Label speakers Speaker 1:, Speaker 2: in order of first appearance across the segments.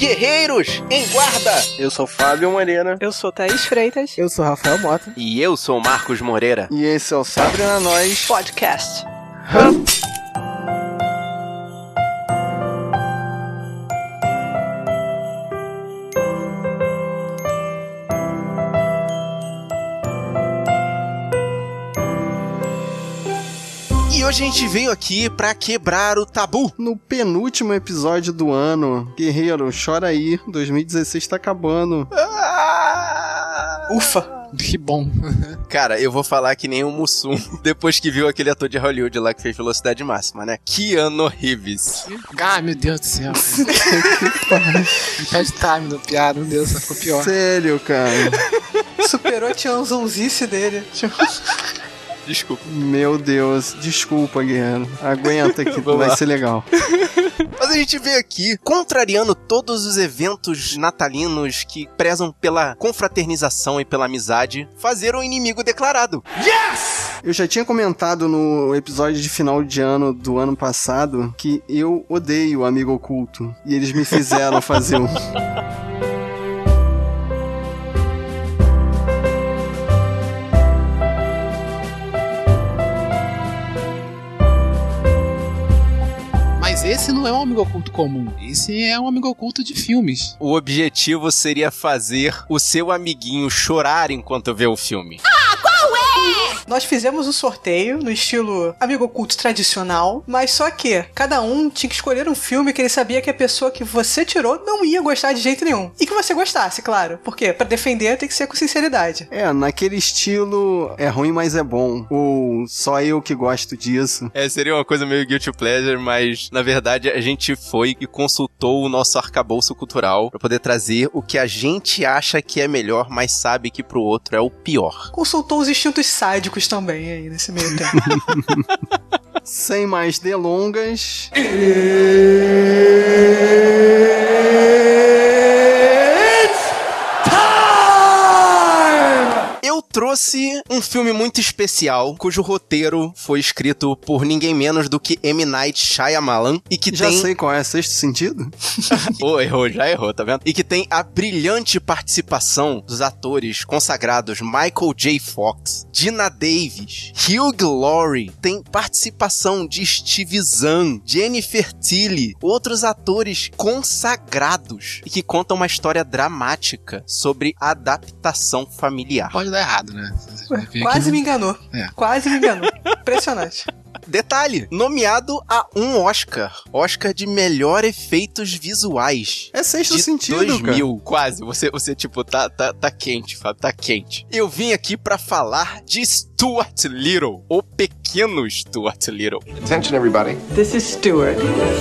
Speaker 1: Guerreiros em Guarda!
Speaker 2: Eu sou Fábio Moreira.
Speaker 3: Eu sou Thaís Freitas.
Speaker 4: Eu sou Rafael Mota.
Speaker 1: E eu sou Marcos Moreira.
Speaker 2: E esse é o Sabre na Nós
Speaker 3: Podcast.
Speaker 1: E hoje a gente veio aqui pra quebrar o tabu.
Speaker 2: No penúltimo episódio do ano. Guerreiro, chora aí. 2016 tá acabando.
Speaker 3: Ufa!
Speaker 4: Que bom.
Speaker 1: Cara, eu vou falar que nem o Mussum, depois que viu aquele ator de Hollywood lá que fez Velocidade Máxima, né? Keanu Reeves.
Speaker 4: Ai, meu Deus do céu. Pede time no piada, meu Deus, ficou pior.
Speaker 2: Sério, cara.
Speaker 3: Superou a tiãozonzice dele.
Speaker 1: Desculpa.
Speaker 2: Meu Deus, desculpa, Guerreiro. Aguenta que vai ser legal.
Speaker 1: Mas a gente veio aqui contrariando todos os eventos natalinos que prezam pela confraternização e pela amizade, fazer um inimigo declarado.
Speaker 2: Yes! Eu já tinha comentado no episódio de final de ano do ano passado que eu odeio o Amigo Oculto. E eles me fizeram fazer um.
Speaker 4: Mas esse não é um amigo oculto comum. Esse é um amigo oculto de filmes.
Speaker 1: O objetivo seria fazer o seu amiguinho chorar enquanto vê o filme.
Speaker 3: Nós fizemos um sorteio no estilo amigo oculto tradicional, mas só que cada um tinha que escolher um filme que ele sabia que a pessoa que você tirou não ia gostar de jeito nenhum. E que você gostasse, claro. Porque pra defender tem que ser com sinceridade.
Speaker 2: É, naquele estilo é ruim, mas é bom. Ou só eu que gosto disso.
Speaker 1: Seria uma coisa meio guilty pleasure, mas na verdade a gente foi e consultou o nosso arcabouço cultural pra poder trazer o que a gente acha que é melhor, mas sabe que pro outro é o pior.
Speaker 3: Consultou os instintos sádicos também aí nesse meio tempo.
Speaker 2: Sem mais delongas.
Speaker 1: Eu trouxe um filme muito especial, cujo roteiro foi escrito por ninguém menos do que M. Night Shyamalan, e que
Speaker 2: Já sei qual é, Sexto Sentido?
Speaker 1: Já errou, tá vendo? E que tem a brilhante participação dos atores consagrados Michael J. Fox, Geena Davis, Hugh Laurie, tem participação de Steve Zahn, Jennifer Tilly, outros atores consagrados, e que contam uma história dramática sobre adaptação familiar.
Speaker 4: Pode dar errado, né?
Speaker 3: Quase me enganou. Quase me enganou. Impressionante.
Speaker 1: Detalhe, nomeado a um Oscar de melhor efeitos visuais.
Speaker 2: É Sexto
Speaker 1: de
Speaker 2: Sentido,
Speaker 1: 2000, cara. Quase. Você tipo, tá quente, Fábio, tá quente. Eu vim aqui pra falar de Stuart Little, o pequeno Stuart Little.
Speaker 5: Attention, everybody.
Speaker 3: This is Stuart.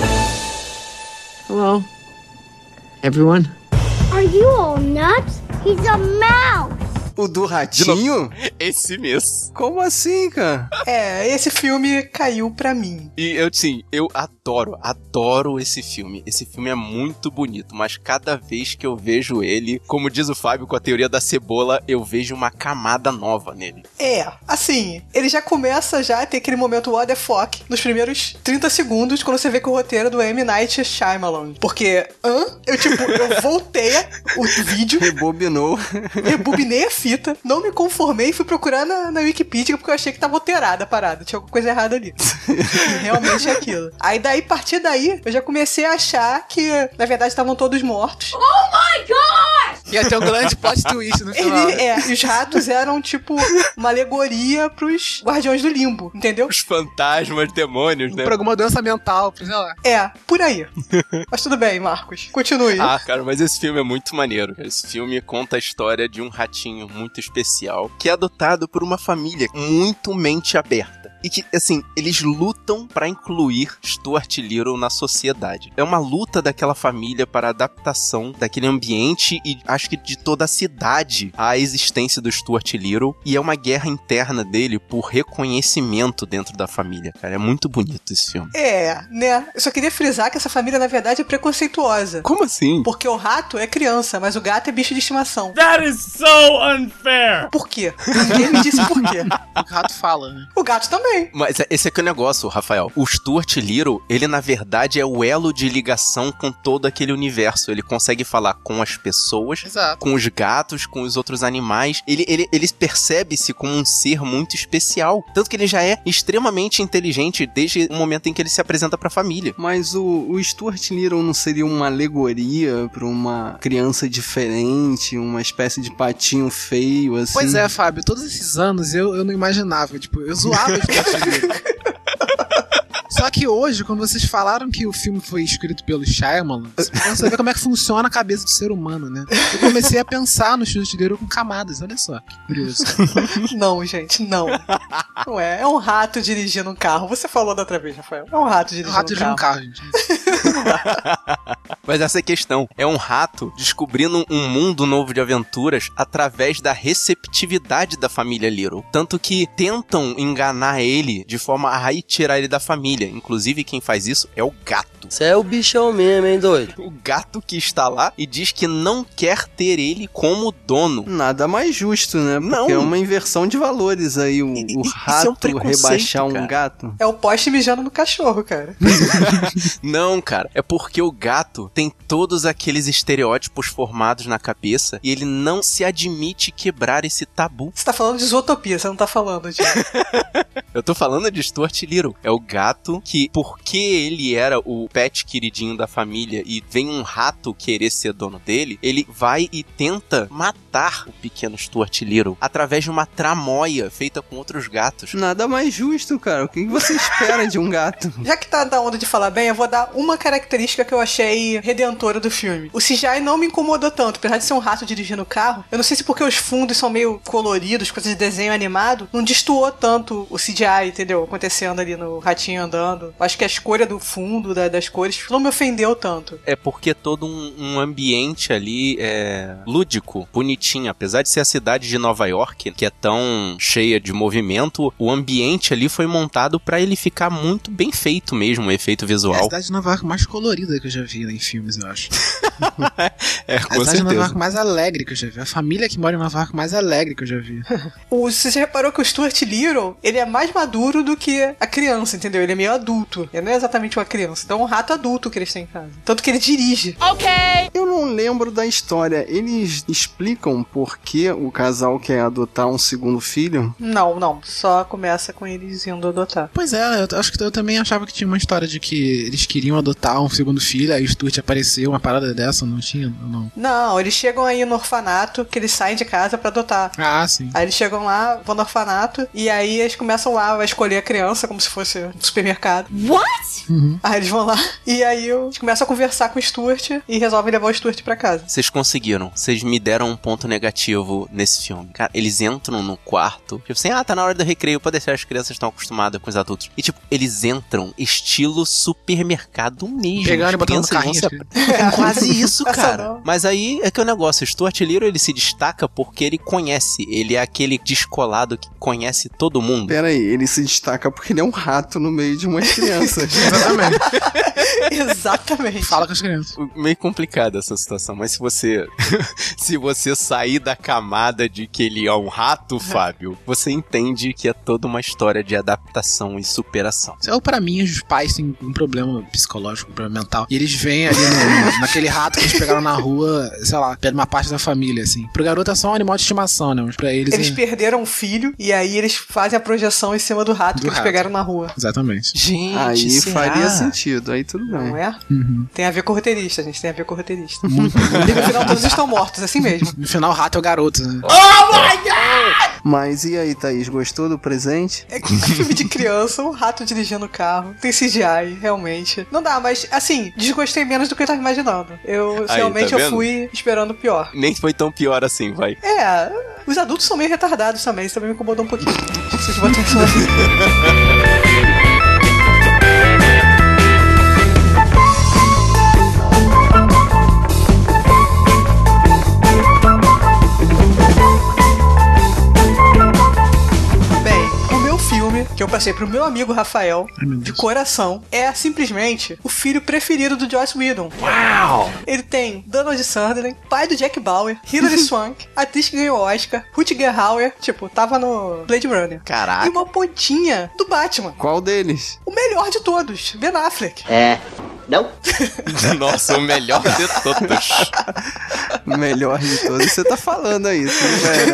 Speaker 6: Hello, everyone.
Speaker 7: Are you all nuts? He's a mouse.
Speaker 2: O do ratinho?
Speaker 1: Esse mesmo.
Speaker 2: Como assim, cara?
Speaker 3: Esse filme caiu pra mim.
Speaker 1: E eu adoro esse filme. Esse filme é muito bonito, mas cada vez que eu vejo ele, como diz o Fábio com a teoria da cebola, eu vejo uma camada nova nele.
Speaker 3: Ele já começa a ter aquele momento what the fuck nos primeiros 30 segundos, quando você vê que o roteiro do M. Night Shyamalan. Porque, eu voltei o vídeo. Rebobinei a fita, não me conformei e fui procurar na Wikipedia porque eu achei que tava alterada a parada. Tinha alguma coisa errada ali. E realmente é aquilo. Aí a partir daí, eu já comecei a achar que, na verdade, estavam todos mortos.
Speaker 7: Oh my gosh!
Speaker 4: Ia ter um grande plot twist no final.
Speaker 3: E os ratos eram, tipo, uma alegoria pros Guardiões do Limbo, entendeu?
Speaker 1: Os fantasmas, demônios, né?
Speaker 4: Por alguma doença mental, sei lá.
Speaker 3: Por aí. Mas tudo bem, Marcos. Continue.
Speaker 1: Cara, mas esse filme é muito maneiro. Esse filme conta a história de um ratinho muito especial que é adotado por uma família muito mente aberta. E que, assim, eles lutam pra incluir Stuart Little na sociedade. É uma luta daquela família para a adaptação daquele ambiente e acho que de toda a cidade à existência do Stuart Little. E é uma guerra interna dele por reconhecimento dentro da família, cara. É muito bonito esse filme.
Speaker 3: Né? Eu só queria frisar que essa família, na verdade, é preconceituosa.
Speaker 1: Como assim?
Speaker 3: Porque o rato é criança, mas o gato é bicho de estimação.
Speaker 8: That is so unfair!
Speaker 3: Por quê? Ninguém me disse por quê.
Speaker 4: O gato fala, né?
Speaker 3: O gato também.
Speaker 1: Mas esse aqui é o negócio, Rafael. O Stuart Little, ele na verdade é o elo de ligação com todo aquele universo. Ele consegue falar com as pessoas,
Speaker 4: Exato.
Speaker 1: com os gatos, com os outros animais. Ele percebe-se como um ser muito especial. Tanto que ele já é extremamente inteligente desde o momento em que ele se apresenta pra família.
Speaker 2: Mas o Stuart Little não seria uma alegoria pra uma criança diferente, uma espécie de patinho feio, assim?
Speaker 4: Pois é, Fábio, todos esses anos eu não imaginava, tipo, eu zoava de Stuart. Só que hoje, quando vocês falaram que o filme foi escrito pelo Shyamalan, você vê como é que funciona a cabeça do ser humano, né? Eu comecei a pensar no Stuart Little com camadas, olha só, que curioso.
Speaker 3: Não, gente, não. Não é. É um rato dirigindo um carro. Você falou da outra vez, Rafael. É um rato dirigindo um carro.
Speaker 4: Gente.
Speaker 1: Mas essa é a questão. É um rato descobrindo um mundo novo de aventuras através da receptividade da família Little. Tanto que tentam enganar ele de forma a tirar ele da família. Inclusive, quem faz isso é o gato.
Speaker 5: Você é o bichão mesmo, hein, doido?
Speaker 1: O gato que está lá e diz que não quer ter ele como dono.
Speaker 2: Nada mais justo, né? Porque
Speaker 1: Não.
Speaker 2: é uma inversão de valores aí, o
Speaker 1: Isso é um
Speaker 2: rato
Speaker 1: preconceito,
Speaker 2: rebaixar um
Speaker 1: cara.
Speaker 2: gato.
Speaker 3: É o poste mijando no cachorro, cara.
Speaker 1: Não, cara. É porque o gato tem todos aqueles estereótipos formados na cabeça e ele não se admite quebrar esse tabu.
Speaker 3: Você tá falando de Zootopia, você não tá falando de...
Speaker 1: Eu tô falando de Stuart Little. É o gato que, porque ele era o pet queridinho da família e vem um rato querer ser dono dele, ele vai e tenta matar o pequeno Stuart Little através de uma tramóia feita com outros gatos.
Speaker 2: Nada mais justo, cara. O que você espera de um gato?
Speaker 3: Já que tá da onda de falar bem, eu vou dar uma característica que eu achei redentora do filme. O CGI não me incomodou tanto, apesar de ser um rato dirigindo o carro. Eu não sei se porque os fundos são meio coloridos, coisas de desenho animado, não destoou tanto o CGI, entendeu? Acontecendo ali no ratinho andando. Acho que a escolha do fundo, das cores, não me ofendeu tanto.
Speaker 1: É porque todo um ambiente ali é lúdico, bonitinho. Apesar de ser a cidade de Nova York, que é tão cheia de movimento, o ambiente ali foi montado pra ele ficar muito bem feito mesmo, o efeito
Speaker 4: É a
Speaker 1: visual.
Speaker 4: cidade de Nova York mais colorida que eu já vi em filmes, eu acho.
Speaker 1: É,
Speaker 4: A
Speaker 1: com
Speaker 4: cidade de Nova
Speaker 1: certeza.
Speaker 4: York mais alegre que eu já vi. A família que mora em Nova York mais alegre que eu já vi.
Speaker 3: Você reparou que o Stuart Little, ele é mais maduro do que a criança, entendeu? Ele é meio adulto. Ele não é exatamente uma criança. Então é um rato adulto que eles têm em casa. Tanto que ele dirige.
Speaker 2: Eu não lembro da história. Eles explicam por que o casal quer adotar um segundo filho?
Speaker 3: Não. Só começa com eles indo adotar.
Speaker 4: Pois é, eu acho que eu também achava que tinha uma história de que eles queriam adotar um segundo filho, aí o Stuart apareceu, uma parada dessa, não tinha? Ou não?
Speaker 3: Não, eles chegam aí no orfanato, que eles saem de casa pra adotar.
Speaker 4: Ah, sim.
Speaker 3: Aí eles chegam lá, vão no orfanato, e aí eles começam lá a escolher a criança, como se fosse um supermercado. Aí eles vão lá, e aí eles começam a conversar com o Stuart e resolvem levar o Stuart pra casa.
Speaker 1: Vocês conseguiram. Vocês me deram um ponto negativo nesse filme. Cara, eles entram no quarto, tipo assim, tá na hora do recreio, pode deixar, as crianças estão acostumadas com os adultos. E tipo, eles entram estilo supermercado mesmo.
Speaker 4: Pegando
Speaker 1: As
Speaker 4: e botando no
Speaker 1: crianças
Speaker 4: carrinho.
Speaker 1: vão se- É quase isso,
Speaker 3: Essa
Speaker 1: cara.
Speaker 3: não.
Speaker 1: Mas aí é que o negócio, o Stuart Little, ele se destaca porque ele conhece. Ele é aquele descolado que conhece todo mundo.
Speaker 2: Pera aí, ele se destaca porque ele é um rato no meio de umas crianças.
Speaker 4: Exatamente.
Speaker 3: Exatamente.
Speaker 4: Fala com as crianças.
Speaker 1: Meio complicada essa situação, mas se você se você sair da camada de que ele é um rato, Fábio, você entende que é toda uma história de adaptação e superação.
Speaker 4: Ou pra mim, os pais têm um problema psicológico, um problema mental. E eles vêm ali naquele rato que eles pegaram na rua, sei lá, pega uma parte da família, assim. Pro garoto é só um animal de estimação, né? Mas pra eles
Speaker 3: Eles
Speaker 4: é...
Speaker 3: perderam um filho e aí eles fazem a projeção em cima do rato
Speaker 4: Do
Speaker 3: que eles
Speaker 4: rato.
Speaker 3: pegaram na rua.
Speaker 4: Exatamente.
Speaker 1: Gente,
Speaker 2: Aí
Speaker 1: será?
Speaker 2: faria sentido, aí tudo
Speaker 3: Não
Speaker 2: bem.
Speaker 3: é?
Speaker 4: Uhum.
Speaker 3: Tem a ver com o roteirista, gente. Tem a ver com o roteirista. E no final todos estão mortos, assim mesmo.
Speaker 4: No final, o rato é o garoto, né?
Speaker 2: Mas e aí, Thaís, gostou do presente?
Speaker 3: É que filme de criança, um rato dirigindo o carro. Tem CGI, realmente. Não dá, mas assim, desgostei menos do que eu tava imaginando. Eu
Speaker 1: Aí,
Speaker 3: realmente
Speaker 1: tá
Speaker 3: eu
Speaker 1: vendo?
Speaker 3: fui esperando o pior.
Speaker 1: Nem foi tão pior assim, vai.
Speaker 3: É, os adultos são meio retardados também, isso também me incomodou um pouquinho. Vocês vão atenção. Bem, o meu filme filme que eu passei pro meu amigo Rafael, de coração, é simplesmente o filho preferido do Joss Whedon. Uau! Ele tem Donald Sutherland, pai do Jack Bauer, Hilary Swank, atriz que ganhou Oscar, Rutger Hauer, tipo, tava no Blade Runner.
Speaker 1: Caraca.
Speaker 3: E uma pontinha do Batman.
Speaker 2: Qual deles?
Speaker 3: O melhor de todos, Ben Affleck.
Speaker 5: Não.
Speaker 1: Nossa, o melhor de todos.
Speaker 2: Melhor de todos. Você tá falando aí, velho.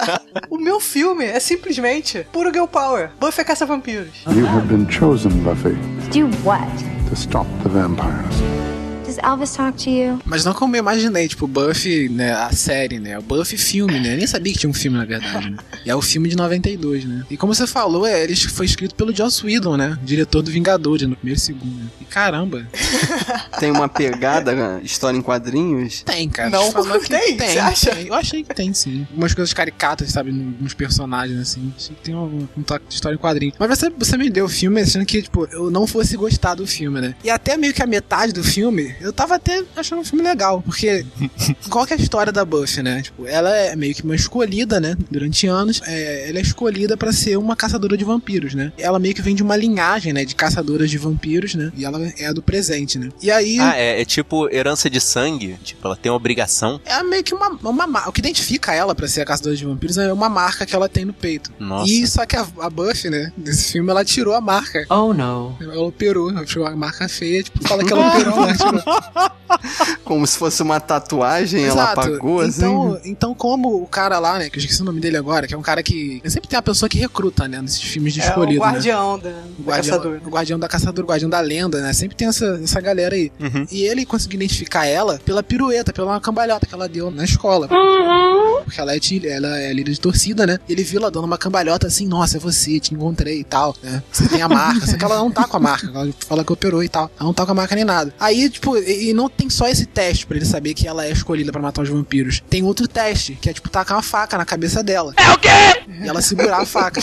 Speaker 3: O meu filme é simplesmente puro girl power. Buffy a Caça-Vampiros.
Speaker 8: You have been chosen, Buffy,
Speaker 7: Do what?
Speaker 8: to stop the vampires.
Speaker 7: Does Elvis talk to you?
Speaker 4: Mas não como eu imaginei, tipo, Buffy, né, a série, né, o Buffy filme, né, eu nem sabia que tinha um filme, na verdade, né, e é o filme de 92, né, e como você falou, ele foi escrito pelo Joss Whedon, né, diretor do Vingadores, no primeiro e segundo, e caramba.
Speaker 2: Tem uma pegada, história em quadrinhos?
Speaker 4: Tem, cara.
Speaker 3: Não,
Speaker 4: falou que
Speaker 3: tem, você acha?
Speaker 4: Tem. Eu achei que tem, sim. Umas coisas caricatas, sabe, nos personagens, assim, achei que tem um toque de história em quadrinho. Mas você me deu o filme achando que, tipo, eu não fosse gostar do filme, né, e até meio que a metade do filme, eu tava até achando um filme legal, porque qual que é a história da Buffy, né? Tipo, ela é meio que uma escolhida, né? Durante anos, ela é escolhida pra ser uma caçadora de vampiros, né? Ela meio que vem de uma linhagem, né? De caçadoras de vampiros, né? E ela é do presente, né? E aí...
Speaker 1: é tipo herança de sangue? Tipo, ela tem uma obrigação?
Speaker 4: É meio que uma o que identifica ela pra ser a caçadora de vampiros é uma marca que ela tem no peito.
Speaker 1: Nossa.
Speaker 4: E só que a Buffy, né? Desse filme, ela tirou a marca.
Speaker 5: Oh, não.
Speaker 4: Ela operou, ela tirou a marca feia, tipo, fala que ela operou, né? Tipo,
Speaker 2: Como se fosse uma tatuagem, ela
Speaker 4: exato.
Speaker 2: apagou, assim.
Speaker 4: Então, como o cara lá, né, que eu esqueci o nome dele agora, que é um cara que... Sempre tem uma pessoa que recruta, né, nesses filmes de escolhido,
Speaker 3: o guardião,
Speaker 4: né?
Speaker 3: da caçadora.
Speaker 4: O guardião da caçadora, o guardião da lenda, né? Sempre tem essa galera aí.
Speaker 1: Uhum.
Speaker 4: E ele conseguiu identificar ela pela pirueta, pela cambalhota que ela deu na escola. Porque ela é líder de torcida, né? E ele viu ela dando uma cambalhota assim, nossa, é você, te encontrei e tal, né? Você tem a marca, só que ela não tá com a marca, ela fala que operou e tal. Ela não tá com a marca nem nada. Aí, tipo, e não tem só esse teste pra ele saber que ela é escolhida pra matar os vampiros. Tem outro teste, que é tipo tacar uma faca na cabeça dela. É o quê? E ela segurar a faca.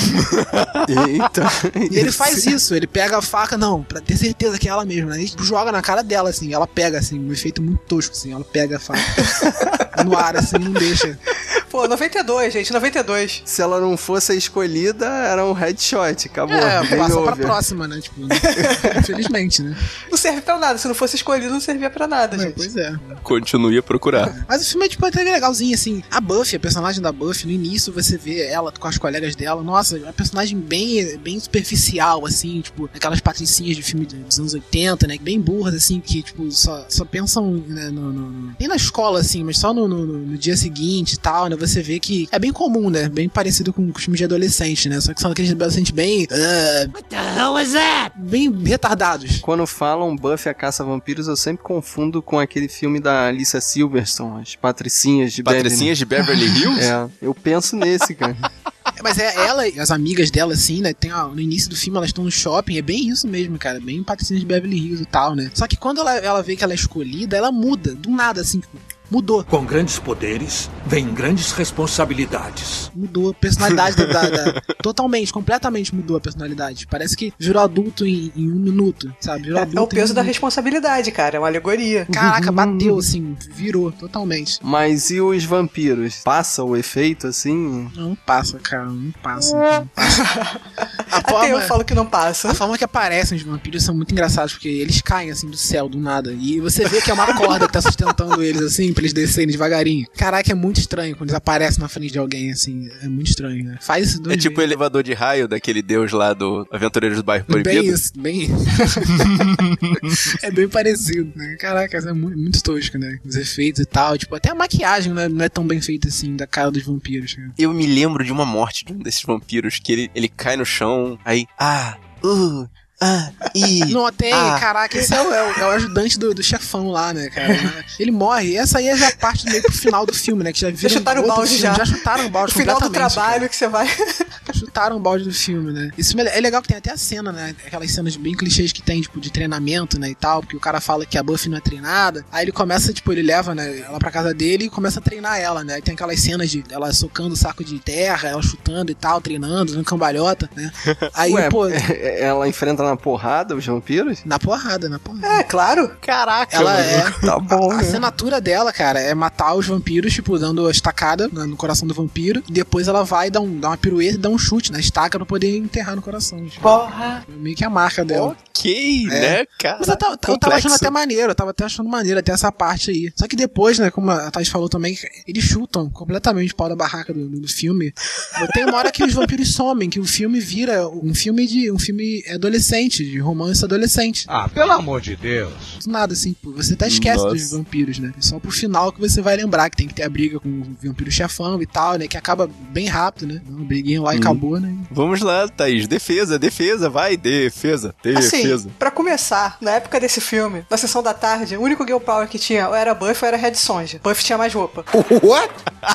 Speaker 2: Eita.
Speaker 4: E ele faz isso, ele pega a faca, não, pra ter certeza que é ela mesma, né? E joga na cara dela, assim, ela pega, assim, um efeito muito tosco, assim, ela pega a faca no ar, assim, não deixa.
Speaker 3: Pô, 92, gente, 92.
Speaker 2: Se ela não fosse a escolhida, era um headshot, acabou.
Speaker 4: Passa pra próxima, né? Tipo, infelizmente, né?
Speaker 3: Não serve pra nada, se não fosse escolhido, não servia pra nada, gente.
Speaker 4: Pois é.
Speaker 1: Continue a procurar.
Speaker 4: Mas o filme é, tipo, até legalzinho, assim. A Buffy, a personagem da Buffy, no início você vê ela com as colegas dela. Nossa, é uma personagem bem superficial, assim, tipo, aquelas patricinhas de filme dos anos 80, né? Bem burras, assim, que, tipo, só pensam, né, nem na escola, assim, mas só no dia seguinte e tal, né? Você vê que é bem comum, né? Bem parecido com os filmes de adolescente, né? Só que são aqueles adolescentes bem... What the hell is that? Bem retardados.
Speaker 2: Quando falam Buffy a Caça-Vampiros, eu sempre confundo com aquele filme da Alicia Silverstone, as Patricinhas de
Speaker 1: Beverly Hills?
Speaker 2: É, eu penso nesse, cara.
Speaker 4: Mas ela e as amigas dela, assim, né? No início do filme elas estão no shopping, é bem isso mesmo, cara. Bem Patricinha de Beverly Hills e tal, né? Só que quando ela vê que ela é escolhida, ela muda, do nada, assim, tipo, mudou.
Speaker 9: Com grandes poderes, vem grandes responsabilidades.
Speaker 4: Mudou a personalidade totalmente, completamente mudou a personalidade. Parece que virou adulto em um minuto, sabe? Virou adulto
Speaker 3: é o peso da responsabilidade, cara, é uma alegoria.
Speaker 4: Caraca, bateu, assim, virou totalmente.
Speaker 2: Mas e os vampiros? Passa o efeito, assim?
Speaker 4: Não passa, cara, não passa.
Speaker 3: Até eu falo que não passa.
Speaker 4: A forma que aparecem os vampiros são muito engraçados, porque eles caem, assim, do céu, do nada. E você vê que é uma corda que tá sustentando eles, assim, pra eles descerem devagarinho. Caraca, é muito estranho quando eles aparecem na frente de alguém, assim. É muito estranho, né? Faz isso
Speaker 1: É tipo o elevador de raio daquele deus lá do Aventureiros do Bairro Proibido.
Speaker 4: Bem isso. É bem parecido, né? Caraca, é muito tosco, né? Os efeitos e tal. Tipo, até a maquiagem não é tão bem feita, assim, da cara dos vampiros. Cara.
Speaker 1: Eu me lembro de uma morte de um desses vampiros, que ele cai no chão, aí...
Speaker 4: Não tem, caraca, esse é o ajudante do chefão lá, né, cara? Ele morre, essa aí é já a parte meio pro final do filme, né? Que já viram
Speaker 3: chutaram o balde
Speaker 4: já chutaram o balde.
Speaker 3: No final do trabalho, cara. Que você vai.
Speaker 4: Chutaram o balde do filme, né? Isso é legal que tem até a cena, né? Aquelas cenas bem clichês que tem, tipo, de treinamento, né? E tal, porque o cara fala que a Buffy não é treinada. Aí ele começa, tipo, ele leva, né, ela pra casa dele e começa a treinar ela, né? Aí tem aquelas cenas de ela socando o saco de terra, ela chutando e tal, treinando, dando cambalhota, né? Aí, pô.
Speaker 2: Ela enfrenta na porrada os vampiros?
Speaker 4: Na porrada.
Speaker 3: É, claro.
Speaker 4: Caraca, ela
Speaker 2: tá bom,
Speaker 4: a assinatura dela, cara, é matar os vampiros, tipo, dando a estacada no coração do vampiro. E depois ela vai dar uma pirueta e dá um chute chute, na estaca, pra poder enterrar no coração. Tipo,
Speaker 3: Porra!
Speaker 4: meio que a marca dela.
Speaker 1: Ok, né, cara?
Speaker 4: Mas eu tava achando até maneiro, até essa parte aí. Só que depois, né, como a Thais falou também, eles chutam completamente o pau da barraca do filme. Tem uma hora que os vampiros somem, que o filme vira um filme adolescente, de romance adolescente.
Speaker 9: Ah, pelo amor de Deus.
Speaker 4: Do nada, assim, você até esquece dos vampiros, né? É só pro final que você vai lembrar que tem que ter a briga com o vampiro chefão e tal, né? Que acaba bem rápido, né? Uma briguinha lá e acabou, né?
Speaker 1: Vamos lá, Thaís. Defesa, vai. Defesa.
Speaker 3: Assim, pra começar, na época desse filme, na sessão da tarde, o único girl power que tinha ou era Buffy ou era Red Sonja. Buffy tinha mais roupa.
Speaker 9: What?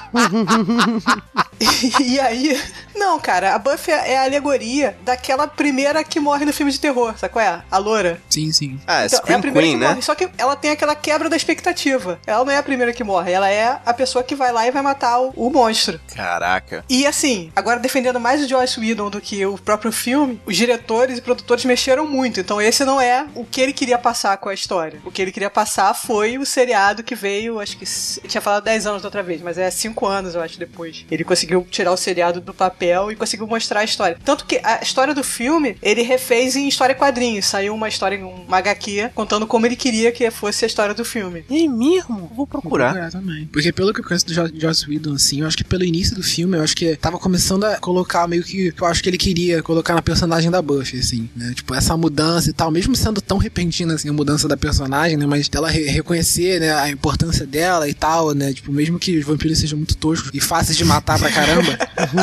Speaker 3: E aí... Não, cara, a Buffy é a alegoria daquela primeira que morre no filme de terror, sabe qual é? A loura.
Speaker 4: Sim, sim.
Speaker 1: Ah,
Speaker 3: então,
Speaker 1: Scream
Speaker 3: é a primeira
Speaker 1: Queen,
Speaker 3: que
Speaker 1: né?
Speaker 3: morre, só que ela tem aquela quebra da expectativa. Ela não é a primeira que morre, ela é a pessoa que vai lá e vai matar o monstro.
Speaker 1: Caraca.
Speaker 3: E assim, agora defendendo mais o Joss Whedon do que o próprio filme, os diretores e produtores mexeram muito, então esse não é o que ele queria passar com a história. O que ele queria passar foi o seriado que veio, acho que eu tinha falado 10 anos da outra vez, mas é 5 anos, eu acho, depois. Ele conseguiu tirar o seriado do papel e conseguiu mostrar a história. Tanto que a história do filme, ele refez em história em quadrinhos. Saiu uma história, uma HQ, contando como ele queria que fosse a história do filme.
Speaker 1: É mesmo? Vou procurar.
Speaker 4: Também. Porque pelo que eu conheço do Joss Whedon, assim, eu acho que pelo início do filme, eu acho que tava começando a colocar meio que eu acho que ele queria colocar na personagem da Buffy, assim, né? Tipo, essa mudança e tal, mesmo sendo tão repentina, assim, a mudança da personagem, né? Mas dela reconhecer, né, a importância dela e tal, né? Tipo, mesmo que os vampiros sejam muito toscos e fáceis de matar pra caramba,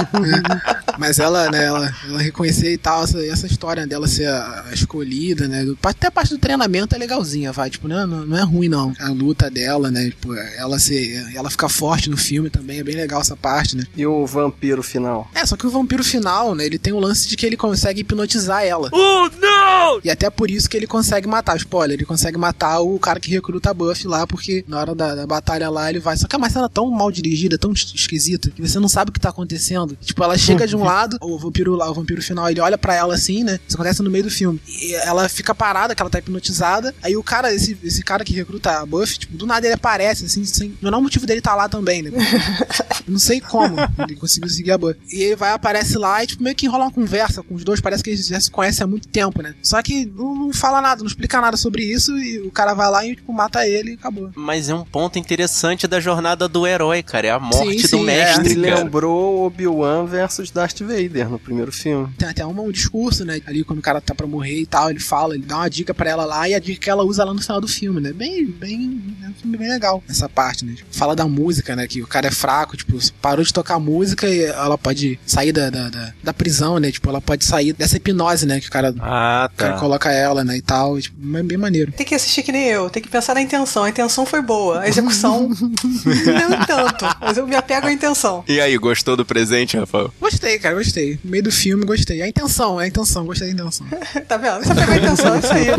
Speaker 4: mas ela, né, ela reconhecer e tal, essa história dela ser a escolhida, né? Até a parte do treinamento é legalzinha, vai, tipo, não é ruim, não. A luta dela, né? Tipo, ela fica forte no filme também, é bem legal essa parte, né?
Speaker 2: E o vampiro final?
Speaker 4: Só que o vampiro final, né, ele tem o lance de que ele consegue hipnotizar ela. Oh, não! E até por isso que ele consegue matar, spoiler, ele consegue matar o cara que recruta a Buffy lá, porque na hora da batalha lá ele vai. Só que é uma cena tão mal dirigida, tão esquisita, que você não sabe o que tá acontecendo. Tipo, ela chega de um lado, o vampiro final, ele olha pra ela assim, né? Isso acontece no meio do filme. E ela fica parada, que ela tá hipnotizada. Aí o cara, esse cara que recruta a Buffy, tipo, do nada ele aparece, assim, sem o menor motivo dele tá lá também, né? Não sei como ele conseguiu seguir a Buffy. E ele aparece lá e, tipo, meio que enrola uma conversa com os dois. Parece que eles já se conhecem há muito tempo, né? Só que não fala nada, não explica nada sobre isso. E o cara vai lá e, tipo, mata ele e acabou.
Speaker 1: Mas é um ponto interessante da jornada do herói, cara. É a morte do
Speaker 2: Me
Speaker 1: mestre, cara.
Speaker 2: lembrou Obi-Wan versus Darth Vader no primeiro filme.
Speaker 4: Tem até um discurso, né? Ali quando o cara tá pra morrer e tal, ele fala, ele dá uma dica pra ela lá e a dica que ela usa lá no final do filme, né? É um filme bem legal, essa parte, né? Tipo, fala da música, né? Que o cara é fraco, tipo, parou de tocar música e ela pode sair da prisão, né? Tipo, ela pode sair dessa hipnose, né? Que o cara, o cara coloca ela, né? E tal, tipo, é bem maneiro.
Speaker 3: Tem que assistir que nem eu, tem que pensar na intenção. A intenção foi boa, a execução não tanto, mas eu me apego à intenção.
Speaker 1: E aí, gostou do presente, Rafael?
Speaker 4: Gostei, cara, gostei. No meio do filme, gostei. A intenção, gostei da intenção.
Speaker 3: Tá vendo? Você pegou a intenção, é isso aí.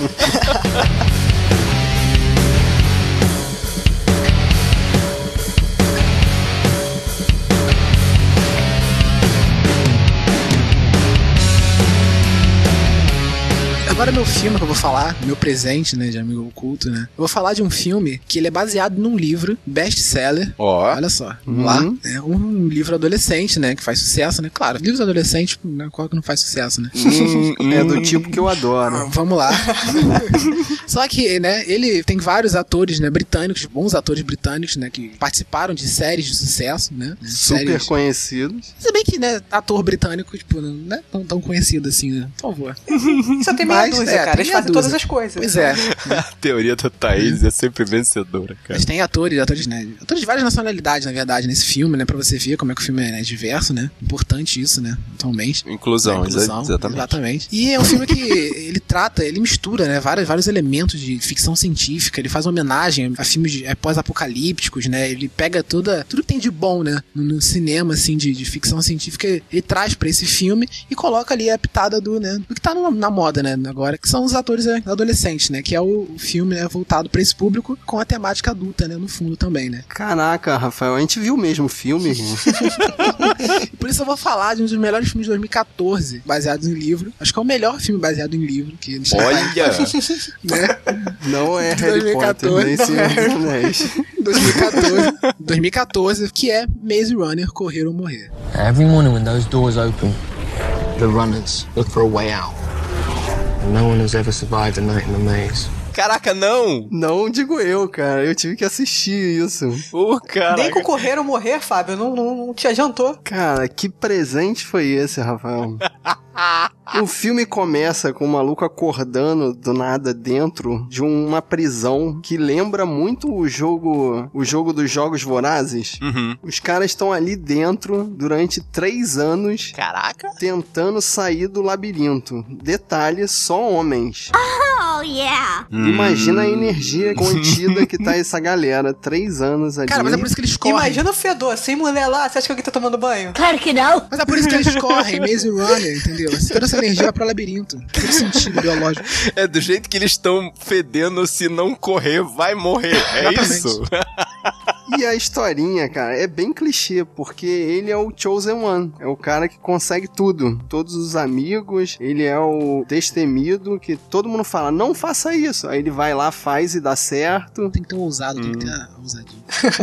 Speaker 4: Agora meu filme que eu vou falar, meu presente, né, de amigo oculto, né? Eu vou falar de um filme que ele é baseado num livro best-seller. Olha só, vamos lá. É um livro adolescente, né, que faz sucesso, né? Claro, livros adolescentes, né, qual que não faz sucesso, né?
Speaker 2: É do tipo que eu adoro.
Speaker 4: Vamos lá. Só que, né, ele tem vários atores, né, britânicos, bons atores britânicos, né, que participaram de séries de sucesso, né?
Speaker 2: Super conhecidos.
Speaker 4: Se bem que, né, ator britânico, tipo, não é tão conhecido assim, né? Por favor.
Speaker 3: Só tem meia dúzia, cara. Eles fazem todas as coisas.
Speaker 4: Pois é.
Speaker 1: A teoria da Thaís é sempre vencedora, cara.
Speaker 4: Mas tem atores, né? Atores de várias nacionalidades, na verdade, nesse filme, né? Pra você ver como é que o filme é diverso, né? Importante isso, né? Atualmente.
Speaker 1: Inclusão, exatamente.
Speaker 4: E é um filme que ele mistura, né? Vários elementos de ficção científica. Ele faz homenagem a filmes pós-apocalípticos, né? Ele pega tudo que tem de bom, né? No cinema, assim, de ficção científica, ele traz pra esse filme e coloca ali a pitada do que tá na moda, né? agora, que são os atores adolescentes, né? Que é o filme, né, voltado pra esse público com a temática adulta, né? No fundo também, né?
Speaker 2: Caraca, Rafael, a gente viu mesmo o filme.
Speaker 4: Por isso eu vou falar de um dos melhores filmes de 2014, baseado em livro. Acho que é o melhor filme baseado em livro que eles
Speaker 1: Olha!
Speaker 4: né?
Speaker 2: Não é Harry Potter, nem Senhor dos Anéis.
Speaker 4: 2014, que é Maze Runner, Correr ou Morrer.
Speaker 5: Every morning when those doors open, the runners look for a way out. And no one has ever survived a night in the maze.
Speaker 1: Caraca, não!
Speaker 2: Não digo eu, cara. Eu tive que assistir isso.
Speaker 1: Caraca.
Speaker 3: Nem com Correr ou Morrer, Fábio, não te adiantou.
Speaker 2: Cara, que presente foi esse, Rafael? O filme começa com o maluco acordando do nada dentro de uma prisão que lembra muito o jogo dos Jogos Vorazes.
Speaker 1: Uhum.
Speaker 2: Os caras estão ali dentro durante 3 anos.
Speaker 1: Caraca!
Speaker 2: Tentando sair do labirinto. Detalhe, só homens.
Speaker 7: Oh, yeah.
Speaker 2: Imagina a energia contida que tá essa galera. 3 anos ali.
Speaker 4: Cara, mas é por isso que eles correm.
Speaker 3: Imagina o fedor, sem mulher lá, você acha que alguém tá tomando banho?
Speaker 7: Claro que não.
Speaker 4: Mas é por isso que eles correm, Maze Runner, entendeu? Toda essa energia vai pro labirinto. Todo sentido biológico.
Speaker 1: É do jeito que eles estão fedendo, se não correr, vai morrer. É
Speaker 4: Exatamente.
Speaker 1: isso?
Speaker 2: E a historinha, cara, é bem clichê, porque ele é o Chosen One. É o cara que consegue tudo. Todos os amigos, ele é o destemido, que todo mundo fala, não faça isso. Aí ele vai lá, faz e dá certo.
Speaker 4: Tem que ter um ousado, tem que ter a ousadia.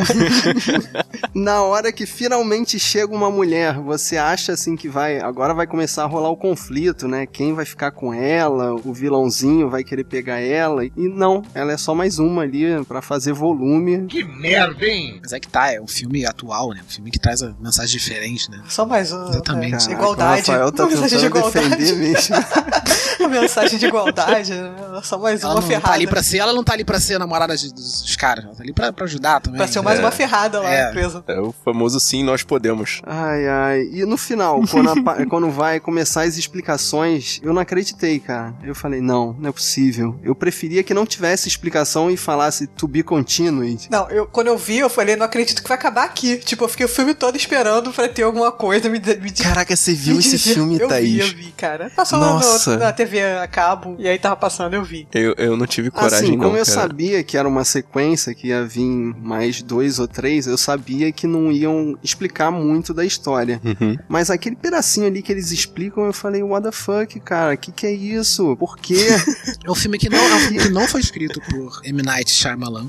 Speaker 2: Na hora que finalmente chega uma mulher, você acha assim que agora vai começar a rolar o conflito, né? Quem vai ficar com ela? O vilãozinho vai querer pegar ela? E não, ela é só mais uma ali pra fazer volume.
Speaker 9: Que merda, hein?
Speaker 4: Mas é que tá, é um filme atual, né? Um filme que traz a mensagem diferente, né?
Speaker 3: Só mais um.
Speaker 4: Exatamente.
Speaker 2: Caraca,
Speaker 3: Igualdade.
Speaker 2: O Rafael tá
Speaker 3: Uma mensagem de
Speaker 2: tentando
Speaker 3: igualdade.
Speaker 2: defender mesmo.
Speaker 3: Uma mensagem de igualdade, né? Só mais
Speaker 4: Ela
Speaker 3: uma
Speaker 4: não
Speaker 3: ferrada.
Speaker 4: tá ali pra ser, ela não tá ali pra ser namorada dos caras, ela tá ali pra ajudar também.
Speaker 3: Pra ser mais uma ferrada lá, presa.
Speaker 1: É o famoso sim, nós podemos.
Speaker 2: Ai, ai. E no final, quando vai começar as explicações, eu não acreditei, cara. Eu falei, não é possível. Eu preferia que não tivesse explicação e falasse to be continued.
Speaker 3: Não, quando eu vi, eu falei, não acredito que vai acabar aqui. Tipo, eu fiquei o filme todo esperando pra ter alguma coisa.
Speaker 1: Caraca, você viu esse filme, Thaís?
Speaker 3: Eu vi, cara. Passou
Speaker 1: Nossa.
Speaker 3: na TV a cabo, e aí tava passando, eu vi.
Speaker 1: Eu não tive coragem,
Speaker 2: assim,
Speaker 1: não,
Speaker 2: como eu
Speaker 1: cara.
Speaker 2: sabia que era uma sequência, que ia vir mais 2 ou 3, eu sabia que não iam explicar muito da história.
Speaker 1: Uhum.
Speaker 2: Mas aquele pedacinho ali que eles explicam, eu falei, what the fuck, cara? Que é isso? Por quê?
Speaker 4: É um filme que não foi escrito por M. Night Shyamalan.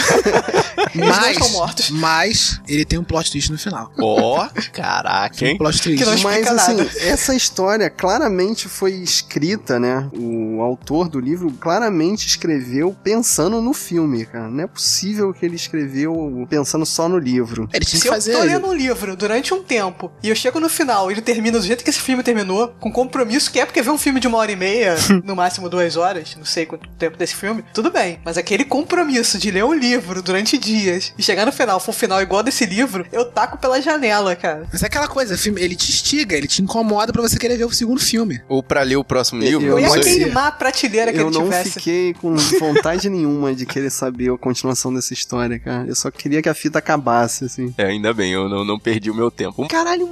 Speaker 3: Eles não estão mortos.
Speaker 4: Mas ele tem um plot twist no final.
Speaker 1: Ó, caraca, hein?
Speaker 4: Um plot twist.
Speaker 3: Que não explica
Speaker 2: Mas assim,
Speaker 3: nada.
Speaker 2: essa história claramente foi escrita, né? O autor do livro claramente escreveu pensando no filme, cara. Não é possível que ele escreveu pensando só no livro.
Speaker 4: Ele tinha
Speaker 3: Se
Speaker 4: que fazer.
Speaker 3: eu tô lendo um livro durante um tempo e eu chego no final e ele termina do jeito que esse filme terminou, com compromisso que é porque ver um filme de 1h30, no máximo 2 horas, não sei quanto tempo desse filme, tudo bem. Mas aquele compromisso de ler um livro durante dias e chegar no final, for um final igual desse livro, eu taco pela janela, cara.
Speaker 4: Mas é aquela coisa, o filme, ele te instiga, ele te incomoda pra você querer ver o segundo filme.
Speaker 1: Ou pra ler o próximo livro.
Speaker 3: Eu ia
Speaker 2: não sei.
Speaker 3: queimar a prateleira que
Speaker 2: Eu
Speaker 3: ele
Speaker 2: não
Speaker 3: tivesse.
Speaker 2: fiquei com vontade nenhuma de querer saber a continuação dessa história, cara. Eu só queria que a fita acabasse, assim.
Speaker 1: É, ainda bem, eu não perdi o meu tempo. Caralho,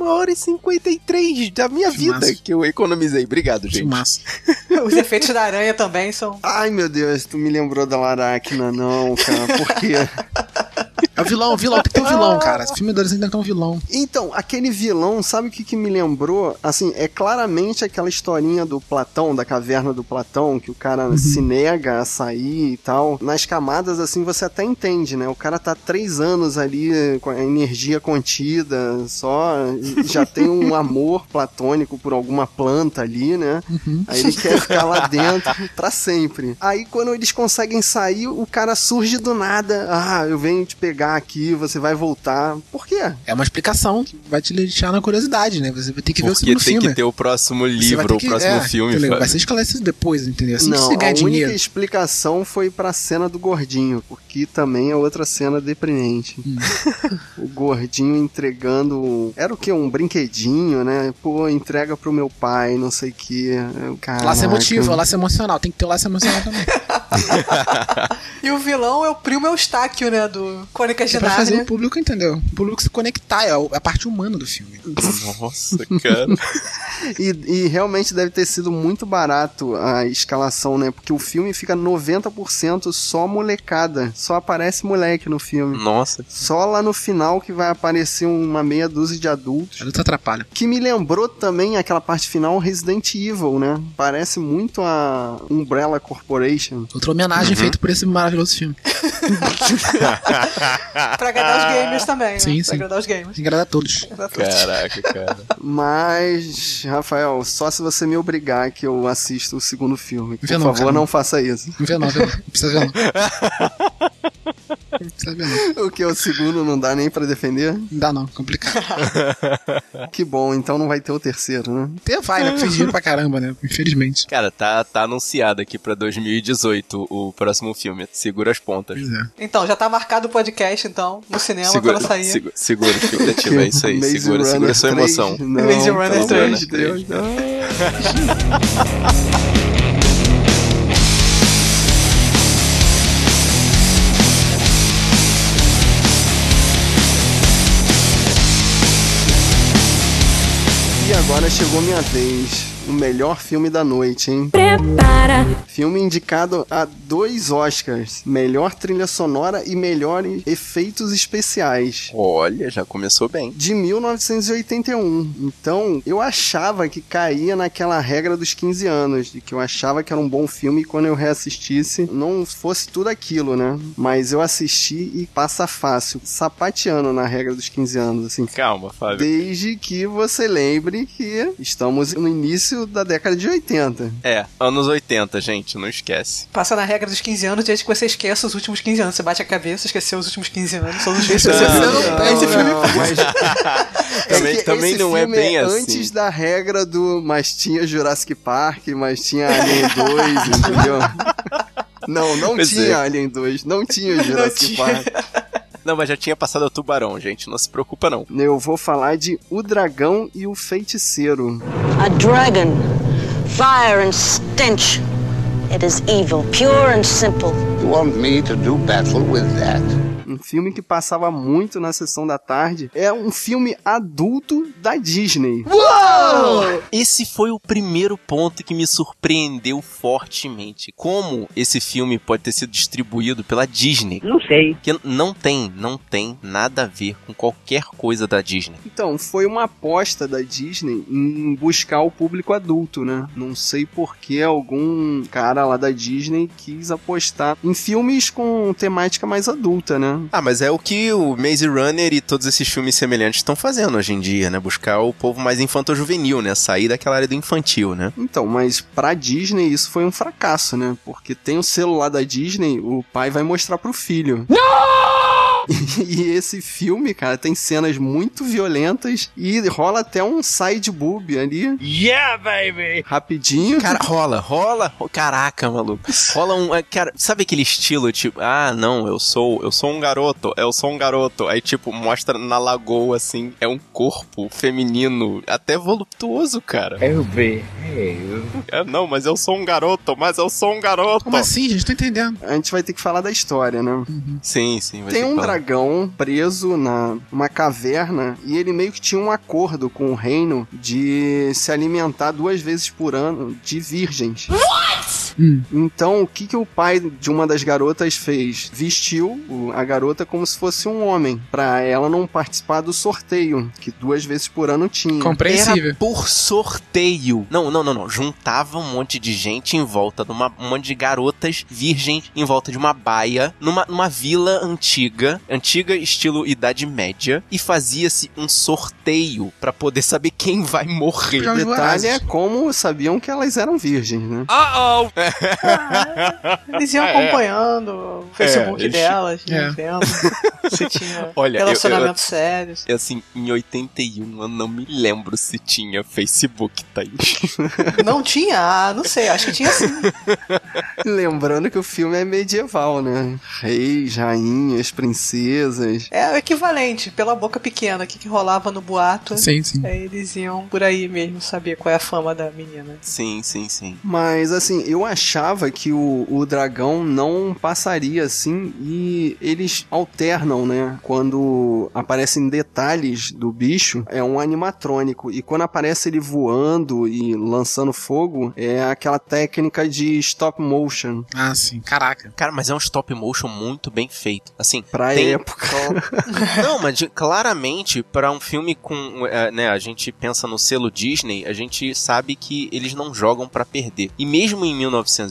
Speaker 1: 1h53 da minha
Speaker 4: Filmaço.
Speaker 1: vida que eu economizei. Obrigado, gente.
Speaker 4: Filmaço.
Speaker 3: Os efeitos da aranha também são...
Speaker 2: Ai, meu Deus, tu me lembrou da Laracna, não, cara. Por quê?
Speaker 4: É o vilão, tem que ter um vilão, cara. Esse filme adolescente tem que ter um vilão.
Speaker 2: Então, aquele vilão, sabe o que me lembrou? Assim, é claramente aquela historinha do Platão, da caverna do Platão, que o cara se nega a sair e tal. Nas camadas, assim, você até entende, né? O cara tá 3 anos ali com a energia contida, só já tem um amor platônico por alguma planta ali, né? Aí ele quer ficar lá dentro pra sempre. Aí quando eles conseguem sair, o cara surge do nada. Ah, eu venho te pegar aqui, você vai voltar. Por quê?
Speaker 4: É uma explicação que vai te deixar na curiosidade, né? Você vai ter que ver o
Speaker 1: Porque
Speaker 4: segundo
Speaker 1: tem
Speaker 4: filme.
Speaker 1: que ter o próximo
Speaker 4: Você vai
Speaker 1: livro,
Speaker 4: ter
Speaker 1: o
Speaker 4: que-
Speaker 1: próximo filme.
Speaker 4: entendeu?
Speaker 1: Fábio.
Speaker 4: Vai ser esclarecido depois, entendeu? Assim que
Speaker 2: Não,
Speaker 4: você ganha
Speaker 2: a
Speaker 4: dinheiro.
Speaker 2: única explicação foi pra cena do gordinho, porque também é outra cena deprimente. O gordinho entregando... Era o quê? Um brinquedinho, né? Pô, entrega pro meu pai, não sei o quê.
Speaker 4: Laço emotivo, laço emocional. Tem que ter o laço emocional também.
Speaker 3: E o vilão é o primo Eustáquio, né? Do Crônicas de
Speaker 4: É pra fazer o
Speaker 3: Nárnia.
Speaker 4: público, entendeu? O público se conectar, é a parte humana do filme.
Speaker 1: Nossa, cara.
Speaker 2: E realmente deve ter sido muito barato a escalação, né? Porque o filme fica 90% só molecada. Só aparece moleque no filme.
Speaker 1: Nossa.
Speaker 2: Só lá no final que vai aparecer uma meia dúzia de adultos.
Speaker 4: Ele te atrapalha.
Speaker 2: Que me lembrou também aquela parte final Resident Evil, né? Parece muito a Umbrella Corporation.
Speaker 4: Outra homenagem feita por esse maravilhoso filme.
Speaker 3: Pra agradar os gamers também, né?
Speaker 4: Sim,
Speaker 3: Pra
Speaker 4: sim.
Speaker 3: agradar os gamers.
Speaker 4: Agradar a todos.
Speaker 1: Caraca, cara.
Speaker 2: Mas, Rafael, só se você me obrigar que eu assista o segundo filme. Por
Speaker 4: Vê não,
Speaker 2: favor,
Speaker 4: cara.
Speaker 2: não faça isso.
Speaker 4: Não vê não. Não precisa ver não. Não precisa ver não.
Speaker 2: O que o segundo não dá nem pra defender?
Speaker 4: Não dá não, complicado.
Speaker 2: Que bom, então não vai ter o terceiro, né?
Speaker 4: Até vai, né? Porque fez dinheiro pra caramba, né? Infelizmente.
Speaker 1: Cara, tá anunciado aqui pra 2018 o próximo filme. Segura as pontas.
Speaker 4: Pois é.
Speaker 3: Então, já tá marcado o podcast, então, no cinema,
Speaker 1: Segura,
Speaker 3: quando sair.
Speaker 1: segura a expectativa, é isso aí.
Speaker 2: Maze
Speaker 1: Segura
Speaker 2: Runner
Speaker 1: sua
Speaker 2: 3?
Speaker 1: emoção.
Speaker 2: Não,
Speaker 3: Maze Runner
Speaker 2: pelo
Speaker 3: 3.
Speaker 2: amor de Deus, não. E agora chegou minha vez. O melhor filme da noite, hein?
Speaker 7: Prepara.
Speaker 2: Filme indicado a 2 Oscars. Melhor trilha sonora e melhores efeitos especiais.
Speaker 1: Olha, já começou bem.
Speaker 2: De 1981. Então, eu achava que caía naquela regra dos 15 anos. De que eu achava que era um bom filme e quando eu reassistisse, não fosse tudo aquilo, né? Mas eu assisti e passa fácil. Sapateando na regra dos 15 anos, assim.
Speaker 1: Calma, Fábio.
Speaker 2: Desde que você lembre que estamos no início da década de 80.
Speaker 1: É, anos 80, gente, não esquece.
Speaker 3: Passa na regra dos 15 anos desde que você esqueça os últimos 15 anos. Você bate a cabeça, esqueceu os últimos 15 anos. Todos os
Speaker 4: Esse você não tem,
Speaker 3: esse filme.
Speaker 1: Também
Speaker 2: esse
Speaker 1: não é
Speaker 2: filme
Speaker 1: bem assim.
Speaker 2: Antes da regra do mas tinha Jurassic Park, mas tinha Alien 2, entendeu? Não
Speaker 1: Pois
Speaker 2: tinha
Speaker 1: é.
Speaker 2: Alien 2, não tinha Jurassic Park.
Speaker 1: Não, mas já tinha passado o Tubarão, gente. Não se preocupa, não.
Speaker 2: Eu vou falar de O Dragão e o Feiticeiro.
Speaker 10: A dragon, fire and stench. It is evil, pure and simple.
Speaker 11: You want me to do battle with that?
Speaker 2: Um filme que passava muito na sessão da tarde. É um filme adulto da Disney.
Speaker 1: Esse foi o primeiro ponto que me surpreendeu fortemente. Como esse filme pode ter sido distribuído pela Disney?
Speaker 6: Não sei.
Speaker 1: Que não tem nada a ver com qualquer coisa da Disney.
Speaker 2: Então, foi uma aposta da Disney em buscar o público adulto, né? Não sei por que algum cara lá da Disney quis apostar em filmes com temática mais adulta, né?
Speaker 1: Ah, mas é o que o Maze Runner e todos esses filmes semelhantes estão fazendo hoje em dia, né? Buscar o povo mais infanto-juvenil, né? Sair daquela área do infantil, né?
Speaker 2: Então, mas pra Disney isso foi um fracasso, né? Porque tem o celular da Disney, o pai vai mostrar pro filho. E esse filme, cara, tem cenas muito violentas e rola até um side boob ali.
Speaker 6: Yeah, baby!
Speaker 2: Rapidinho.
Speaker 1: Cara, rola. Caraca, maluco. Rola um. Cara, sabe aquele estilo, tipo, não, eu sou um garoto. Aí, tipo, mostra na lagoa, assim, é um corpo feminino, até voluptuoso, cara.
Speaker 6: Eu vi.
Speaker 1: Não, mas eu sou um garoto.
Speaker 4: Como assim, gente? Tô entendendo.
Speaker 2: A gente vai ter que falar da história, né?
Speaker 1: Sim, vai
Speaker 2: Tem
Speaker 1: ter
Speaker 2: um
Speaker 1: que falar.
Speaker 2: dragão preso numa caverna e ele meio que tinha um acordo com o reino de se alimentar 2 vezes por ano de virgens. Então, o que o pai de uma das garotas fez? Vestiu a garota como se fosse um homem, pra ela não participar do sorteio, que 2 vezes por ano tinha.
Speaker 4: Compreensível.
Speaker 1: Era por sorteio. Não. Juntava um monte de gente em volta, um monte de garotas virgens em volta de uma baia, numa vila antiga estilo Idade Média, e fazia-se um sorteio pra poder saber quem vai morrer.
Speaker 2: O detalhe é como sabiam que elas eram virgens, né?
Speaker 3: Eles iam acompanhando o Facebook delas, vendo se tinha
Speaker 1: Olha,
Speaker 3: relacionamentos sérios.
Speaker 1: Assim, em 81 eu não me lembro se tinha Facebook, Thaís.
Speaker 3: Não tinha? Não sei, acho que tinha sim.
Speaker 2: Lembrando que o filme é medieval, né? Reis, rainhas, princesas.
Speaker 3: É o equivalente, pela boca pequena, o que rolava no boato.
Speaker 4: Sim.
Speaker 3: Aí eles iam por aí mesmo saber qual é a fama da menina.
Speaker 1: Sim.
Speaker 2: Mas, assim, eu achava que o dragão não passaria, assim, e eles alternam não, né? Quando aparecem detalhes do bicho, é um animatrônico. E quando aparece ele voando e lançando fogo, é aquela técnica de stop motion.
Speaker 4: Ah, sim. Caraca.
Speaker 1: Cara, mas é um stop motion muito bem feito. Assim,
Speaker 2: pra época.
Speaker 1: Não, mas claramente, pra um filme com... né, a gente pensa no selo Disney, a gente sabe que eles não jogam pra perder. E mesmo em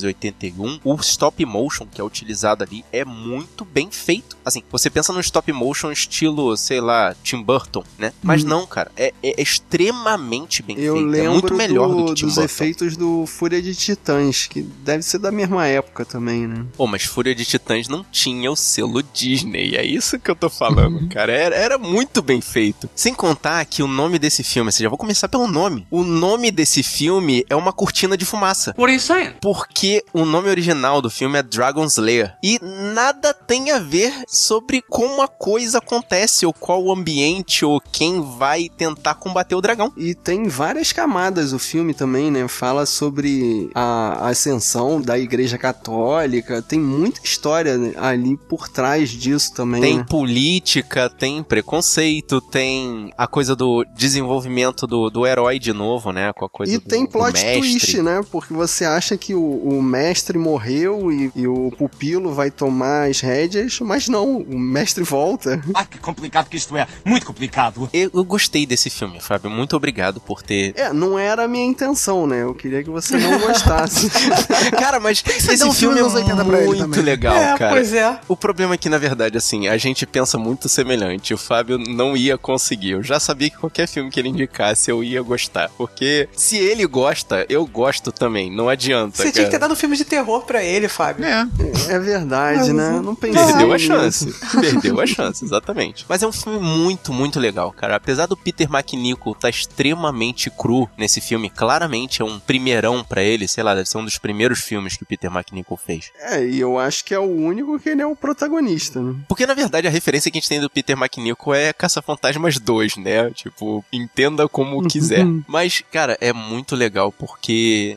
Speaker 1: 1981, o stop motion que é utilizado ali é muito bem feito. Assim, você pensa no stop motion estilo, sei lá, Tim Burton, né? Mas não, cara, é extremamente bem
Speaker 2: feito.
Speaker 1: É muito melhor do que Tim
Speaker 2: dos
Speaker 1: Burton.
Speaker 2: Efeitos do Fúria de Titãs, que deve ser da mesma época também, né?
Speaker 1: Pô, mas Fúria de Titãs não tinha o selo Disney, é isso que eu tô falando, cara. Era muito bem feito. Sem contar que o nome desse filme, já vou começar pelo nome. O nome desse filme é uma cortina de fumaça.
Speaker 9: What are you saying?
Speaker 1: Porque o nome original do filme é Dragon Slayer. E nada tem a ver sobre como a coisa acontece, ou qual o ambiente, ou quem vai tentar combater o dragão.
Speaker 2: E tem várias camadas o filme também, né? Fala sobre a ascensão da Igreja Católica. Tem muita história ali por trás disso também.
Speaker 1: Tem
Speaker 2: né?
Speaker 1: política, tem preconceito, tem a coisa do desenvolvimento do herói de novo, né? Com a coisa
Speaker 2: e tem plot
Speaker 1: mestre.
Speaker 2: Twist, né? Porque você acha que o mestre morreu e o pupilo vai tomar as rédeas, mas não, o mestre volta.
Speaker 9: Ah, que complicado que isto é. Muito complicado.
Speaker 1: Eu gostei desse filme, Fábio. Muito obrigado por ter...
Speaker 2: não era a minha intenção, né? Eu queria que você não gostasse.
Speaker 1: Cara, mas esse filme é muito legal, cara.
Speaker 3: Pois é.
Speaker 1: O problema é que, na verdade, assim, a gente pensa muito semelhante. O Fábio não ia conseguir. Eu já sabia que qualquer filme que ele indicasse eu ia gostar. Porque se ele gosta, eu gosto também. Não adianta,
Speaker 3: Você tinha que ter dado filme de terror pra ele, Fábio.
Speaker 2: É verdade, né? Não pensei
Speaker 1: Perdeu a
Speaker 2: nisso.
Speaker 1: chance. Perdeu a chance, exatamente. Mas é um filme muito, muito legal, cara. Apesar do Peter McNichol estar extremamente cru nesse filme, claramente é um primeirão pra ele, sei lá, deve ser um dos primeiros filmes que o Peter McNichol fez.
Speaker 2: E eu acho que é o único que ele é o protagonista, né?
Speaker 1: Porque, na verdade, a referência que a gente tem do Peter McNichol é Caça-Fantasmas 2, né? Tipo, entenda como quiser. Mas, cara, é muito legal, porque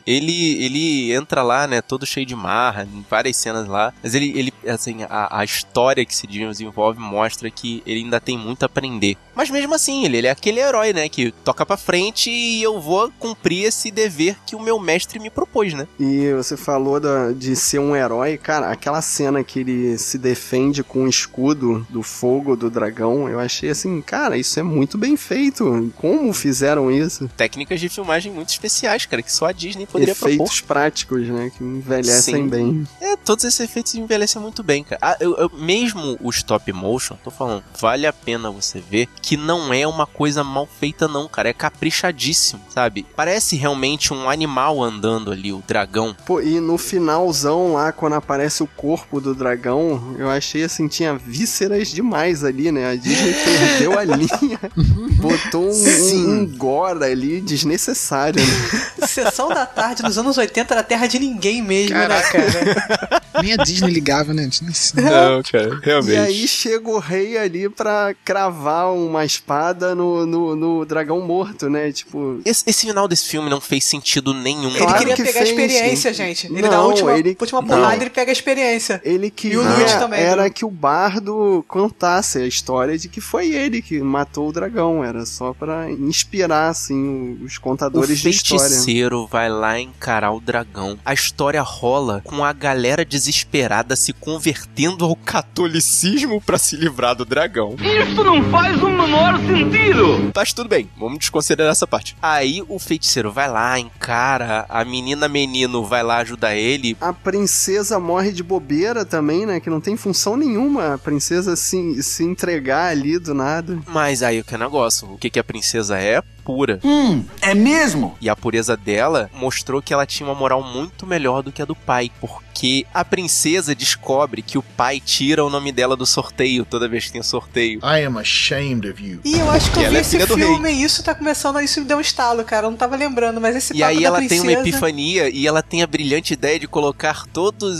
Speaker 1: ele entra lá, né, todo cheio de marra, em várias cenas lá, mas ele assim, a história que se desenvolve mostra que ele ainda tem muito a aprender. Mas mesmo assim, ele é aquele herói, né, que toca pra frente e eu vou cumprir esse dever que o meu mestre me propôs, né?
Speaker 2: E você falou de ser um herói, cara, aquela cena que ele se defende com o escudo do fogo do dragão, eu achei assim, cara, isso é muito bem feito. Como fizeram isso?
Speaker 1: Técnicas de filmagem muito especiais, cara, que só a Disney poderia propor.
Speaker 2: Efeitos práticos, né, que envelhecem bem.
Speaker 1: Todos esses efeitos envelhecem muito bem, cara. Mesmo o stop motion, tô falando, vale a pena você ver que não é uma coisa mal feita não, cara, é caprichadíssimo, sabe? Parece realmente um animal andando ali, o dragão.
Speaker 2: Pô, e no finalzão lá, quando aparece o corpo do dragão, eu achei assim, tinha vísceras demais ali, né? A Disney perdeu a linha, botou um gore ali desnecessário, né?
Speaker 3: Sessão da tarde nos anos 80 era terra de ninguém mesmo,
Speaker 4: Caraca.
Speaker 3: né, cara?
Speaker 4: Nem a Disney ligava, né?
Speaker 1: Não, cara, realmente.
Speaker 2: E aí chega o rei ali pra cravar uma espada no dragão morto, né? Tipo...
Speaker 1: Esse final desse filme não fez sentido nenhum.
Speaker 3: Ele queria pegar a experiência, gente. Ele dá a última porrada, ele pega a experiência.
Speaker 2: Ele queria era que o bardo contasse a história de que foi ele que matou o dragão. Era só pra inspirar, assim, os contadores de história.
Speaker 1: O feiticeiro vai lá encarar o dragão. A história rola com a galera desesperada se convertendo ao catolicismo pra se livrar do dragão.
Speaker 12: Isso não faz o menor sentido!
Speaker 1: Mas tudo bem, vamos desconsiderar essa parte. Aí o feiticeiro vai lá, encara, a menino vai lá ajudar ele.
Speaker 2: A princesa morre de bobeira também, né? Que não tem função nenhuma a princesa se entregar ali do nada.
Speaker 1: Mas aí o que é negócio? O que a princesa é? Pura.
Speaker 9: É mesmo?
Speaker 1: E a pureza dela mostrou que ela tinha uma moral muito melhor do que a do pai, porque a princesa descobre que o pai tira o nome dela do sorteio toda vez que tem sorteio.
Speaker 13: I am ashamed of you.
Speaker 3: E eu acho que eu vi esse filme e isso tá começando, isso me deu um estalo, cara, eu não tava lembrando, mas esse papo da princesa...
Speaker 1: E aí ela tem uma epifania e ela tem a brilhante ideia de colocar todos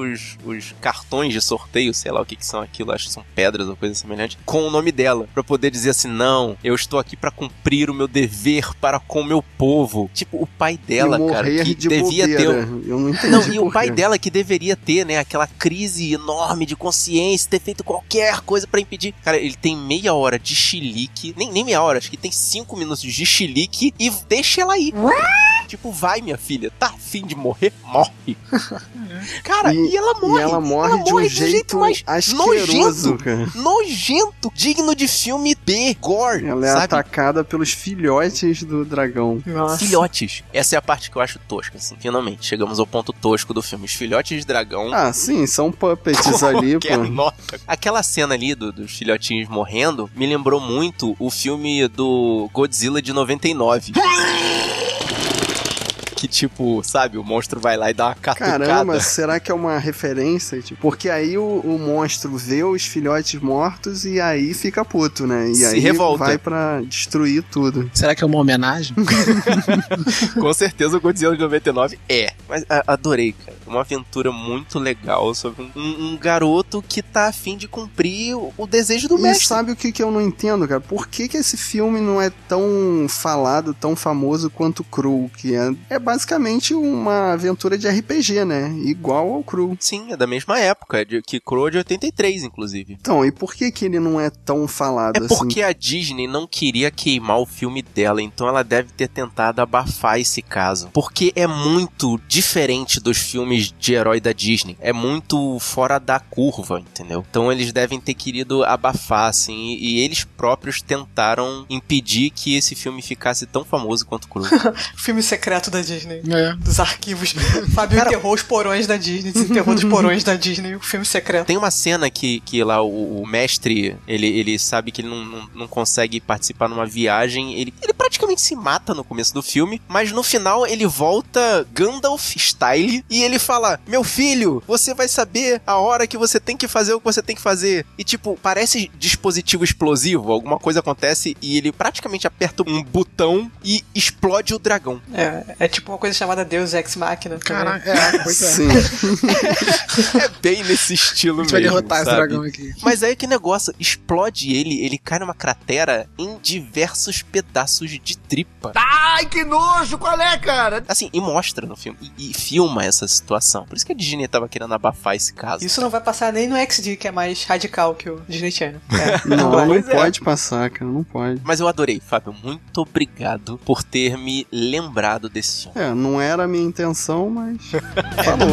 Speaker 1: os cartões de sorteio, sei lá o que são aquilo, acho que são pedras ou coisa semelhante, com o nome dela, pra poder dizer assim, não, eu estou aqui pra cumprir o meu dever para com meu povo. Tipo, o pai dela, cara, que
Speaker 2: de
Speaker 1: devia
Speaker 2: bobeira.
Speaker 1: ter...
Speaker 2: Eu não entendi
Speaker 1: e o pai dela que deveria ter, né, aquela crise enorme de consciência, ter feito qualquer coisa pra impedir. Cara, ele tem meia hora de chilique, nem meia hora, acho que tem 5 minutos de chilique e deixa ela aí. Tipo, vai, minha filha, tá afim de morrer? Morre. Cara, e ela morre.
Speaker 2: E ela morre de um jeito mais asqueroso,
Speaker 1: nojento, digno de filme B, gore.
Speaker 2: Ela é atacada pelos filhotes do dragão.
Speaker 3: Nossa.
Speaker 1: Filhotes. Essa é a parte que eu acho tosca, assim. Finalmente, chegamos ao ponto tosco do filme. Os filhotes de dragão...
Speaker 2: Ah, sim, são puppets ali, pô.
Speaker 1: Nota. Aquela cena ali dos filhotinhos morrendo me lembrou muito o filme do Godzilla de 99. Que tipo, sabe, o monstro vai lá e dá uma catucada.
Speaker 2: Caramba, será que é uma referência? Tipo, porque aí o monstro vê os filhotes mortos e aí fica puto, né? E aí
Speaker 1: revolta.
Speaker 2: Vai pra destruir tudo.
Speaker 4: Será que é uma homenagem?
Speaker 1: Com certeza o Godzilla de 99 é. Mas adorei, cara. Uma aventura muito legal sobre um garoto que tá a fim de cumprir o desejo do mestre.
Speaker 2: E sabe o que eu não entendo, cara? Por que esse filme não é tão falado, tão famoso quanto Cru? Que é basicamente uma aventura de RPG, né? Igual ao Cru.
Speaker 1: Sim, é da mesma época, que Cru é de 83, inclusive.
Speaker 2: Então, e por que ele não é tão falado assim?
Speaker 1: É porque a Disney não queria queimar o filme dela, então ela deve ter tentado abafar esse caso. Porque é muito diferente dos filmes de herói da Disney. É muito fora da curva, entendeu? Então eles devem ter querido abafar, assim, e eles próprios tentaram impedir que esse filme ficasse tão famoso quanto Cru.
Speaker 3: Filme secreto da Disney. Dos arquivos. Fábio enterrou os porões da Disney, desenterrou dos porões da Disney, o filme secreto.
Speaker 1: Tem uma cena que lá o mestre, ele sabe que ele não consegue participar numa viagem, ele praticamente se mata no começo do filme, mas no final ele volta Gandalf style e ele fala, meu filho, você vai saber a hora que você tem que fazer o que você tem que fazer. E tipo, parece dispositivo explosivo, alguma coisa acontece e ele praticamente aperta um botão e explode o dragão.
Speaker 3: É tipo uma coisa chamada Deus Ex Machina.
Speaker 4: Caraca, pois é.
Speaker 2: Sim.
Speaker 1: É bem nesse estilo mesmo,
Speaker 4: vai derrotar
Speaker 1: sabe?
Speaker 4: esse dragão aqui.
Speaker 1: Mas aí que negócio, explode ele cai numa cratera em diversos pedaços de tripa.
Speaker 12: Ai, que nojo, qual é, cara?
Speaker 1: Assim, e mostra no filme, e filma essa situação. Por isso que a Disney tava querendo abafar esse caso.
Speaker 3: Isso não vai passar nem no XD, que é mais radical que o Disney Channel.
Speaker 2: Não pode passar, cara, não pode.
Speaker 1: Mas eu adorei, Fábio, muito obrigado por ter me lembrado desse filme.
Speaker 2: Não era a minha intenção, mas falou.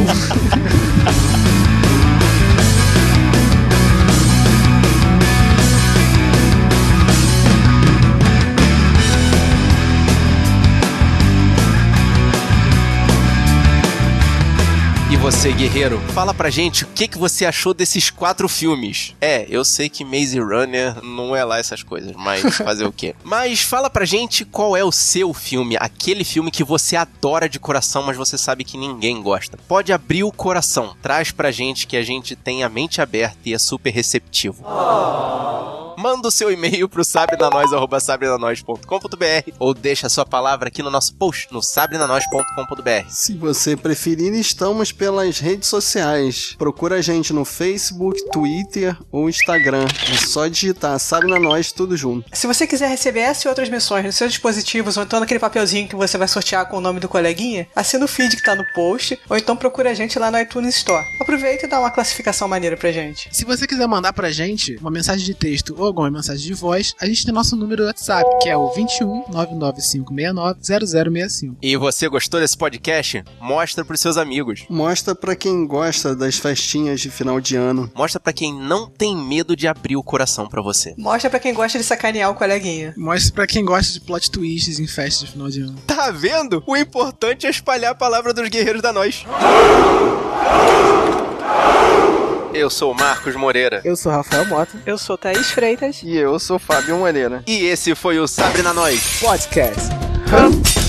Speaker 1: E você, guerreiro, fala pra gente o que você achou desses 4 filmes. Eu sei que Maze Runner não é lá essas coisas, mas fazer o quê? Mas fala pra gente qual é o seu filme, aquele filme que você adora de coração, mas você sabe que ninguém gosta. Pode abrir o coração, traz pra gente que a gente tem a mente aberta e é super receptivo. Manda o seu e-mail pro sabrenanois@sabrenanois.com.br ou deixa a sua palavra aqui no nosso post no sabrenanois.com.br.
Speaker 2: Se você preferir, estamos pelas redes sociais. Procura a gente no Facebook, Twitter ou Instagram. É só digitar Sabe na Nós, tudo junto.
Speaker 3: Se você quiser receber essa e outras missões nos seus dispositivos, ou então naquele papelzinho que você vai sortear com o nome do coleguinha, assina o feed que tá no post, ou então procura a gente lá no iTunes Store. Aproveita e dá uma classificação maneira pra gente.
Speaker 4: Se você quiser mandar pra gente uma mensagem de texto ou alguma mensagem de voz, a gente tem nosso número do WhatsApp, que é o 21 99569 0065.
Speaker 1: E você gostou desse podcast? Mostra pros seus amigos.
Speaker 2: Mostra pra quem gosta das festinhas de final de ano.
Speaker 1: Mostra pra quem não tem medo de abrir o coração pra você.
Speaker 3: Mostra pra quem gosta de sacanear o coleguinha.
Speaker 4: Mostra pra quem gosta de plot twists em festas de final de ano.
Speaker 1: Tá vendo? O importante é espalhar a palavra dos guerreiros da Nós. Eu sou o Marcos Moreira.
Speaker 6: Eu sou Rafael Mota.
Speaker 3: Eu sou Thaís Freitas.
Speaker 2: E eu sou Fábio Moreira.
Speaker 1: E esse foi o Sabre na Nós
Speaker 6: Podcast.